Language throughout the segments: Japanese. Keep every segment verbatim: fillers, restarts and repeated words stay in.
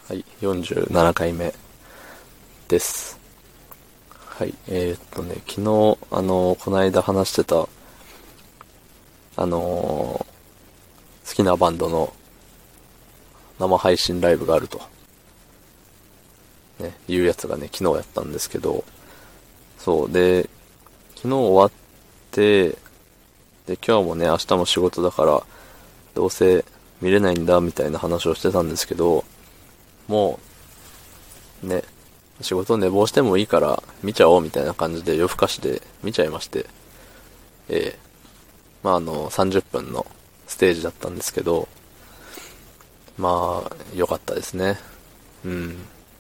はい、よんじゅうななかいめです。はい、えー、っとね、昨日、あのーこの間話してた、あのー好きなバンドの生配信ライブがあると、ね、いうやつがね、昨日やったんですけど、そう、で、昨日終わって、で、今日もね、明日も仕事だから、どうせ見れないんだ、みたいな話をしてたんですけど、もう、ね、仕事寝坊してもいいから見ちゃおうみたいな感じで夜更かしで見ちゃいまして、えーまああのさんじゅっぷんのステージだったんですけど、まあ良かったですね。うん。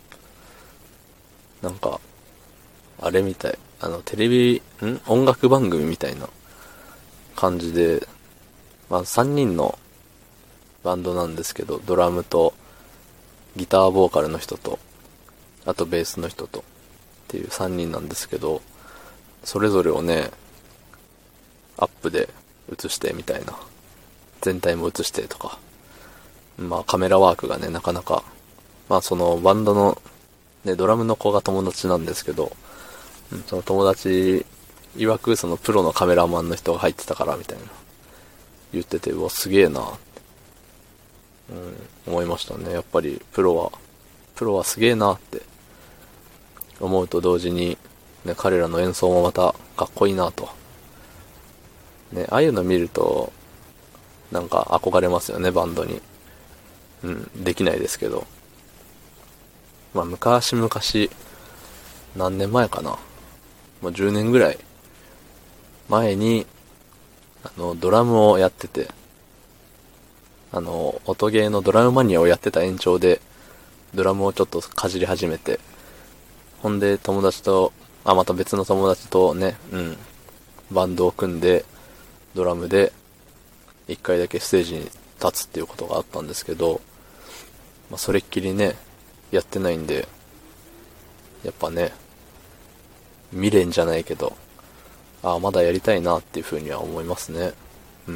なんかあれみたい、あのテレビん音楽番組みたいな感じで、まあさんにんのバンドなんですけど、ドラムとギターボーカルの人と、あとベースの人とっていうさんにんなんですけど、それぞれをねアップで映してみたいな、全体も映してとか、まあカメラワークがねなかなか、まあそのバンドのねドラムの子が友達なんですけど、うん、その友達曰くそのプロのカメラマンの人が入ってたからみたいな言ってて、うわすげえなって、うん、思いましたね。やっぱりプロはプロはすげえなって思うと同時に、ね、彼らの演奏もまたかっこいいなと、ね、ああいうの見るとなんか憧れますよね、バンドに。うん、できないですけど、まあ昔々、何年前かな、もうじゅうねんぐらい前に、あの、ドラムをやってて、あの、音ゲーのドラムマニアをやってた延長で、ドラムをちょっとかじり始めて、ほんで友達と、あ、また別の友達とね、うん、バンドを組んで、ドラムで、一回だけステージに立つっていうことがあったんですけど、まあ、それっきりね、やってないんで、やっぱね、未練じゃないけど、ああ、まだやりたいなっていうふうには思いますね。うん。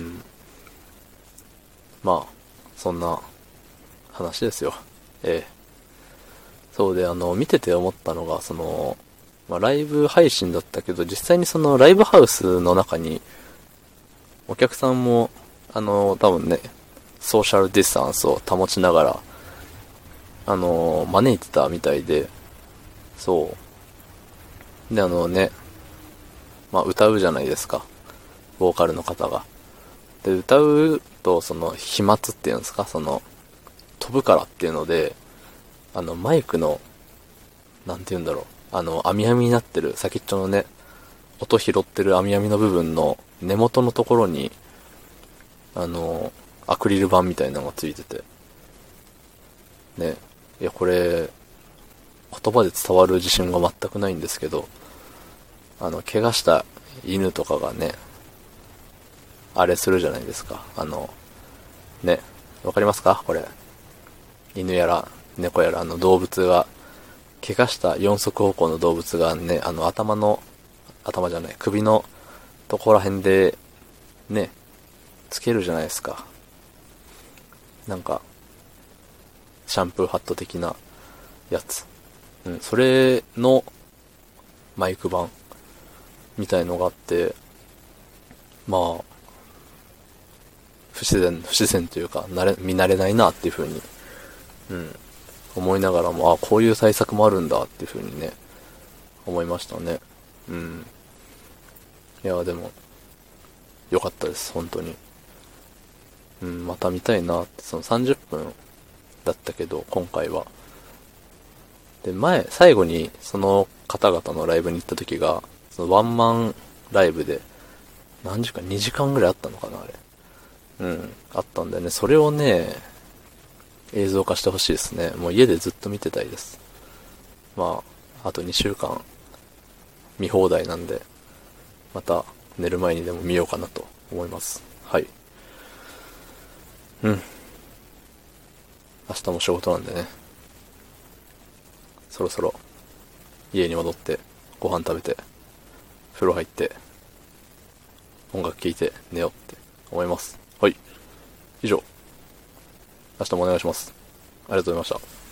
まあ、そんな話ですよ。ええ。そうで、あの、見てて思ったのが、その、まあ、ライブ配信だったけど、実際にそのライブハウスの中に、お客さんも、あの、多分ね、ソーシャルディスタンスを保ちながら、あの、招いてたみたいで、そう。で、あのね、まあ、歌うじゃないですか。ボーカルの方が。で、歌うと、その、飛沫っていうんですか、その、飛ぶからっていうので、あの、マイクの、なんて言うんだろう、あの、網網になってる、先っちょのね、音拾ってる網網の部分の根元のところに、あの、アクリル板みたいなのがついてて、ね、いや、これ、言葉で伝わる自信が全くないんですけど、あの、怪我した犬とかがね、あれするじゃないですか。あの、ね、わかりますかこれ。犬やら猫やらの動物が、怪我した四足歩行の動物がね、あの頭の、頭じゃない、首のところら辺で、ね、つけるじゃないですか。なんか、シャンプーハット的なやつ。うん、それのマイク版みたいのがあって、まあ、不自然、不自然というか、慣れ、見慣れないなっていう風に、うん、思いながらも、あ、こういう対策もあるんだっていう風にね、思いましたね。うん。いや、でも、良かったです、本当に。うん、また見たいなって、そのさんじゅっぷんだったけど、今回は。で、前、最後にその方々のライブに行った時が、そのワンマンライブで、何時間 ?に 時間ぐらいあったのかな、あれ。うん、あったんでね、それをね、映像化してほしいですね。もう家でずっと見てたいです。まあ、あとにしゅうかん見放題なんで、また寝る前にでも見ようかなと思います。はい。うん。明日も仕事なんでね、そろそろ家に戻ってご飯食べて風呂入って音楽聴いて寝ようって思います。はい。以上。明日もお願いします。ありがとうございました。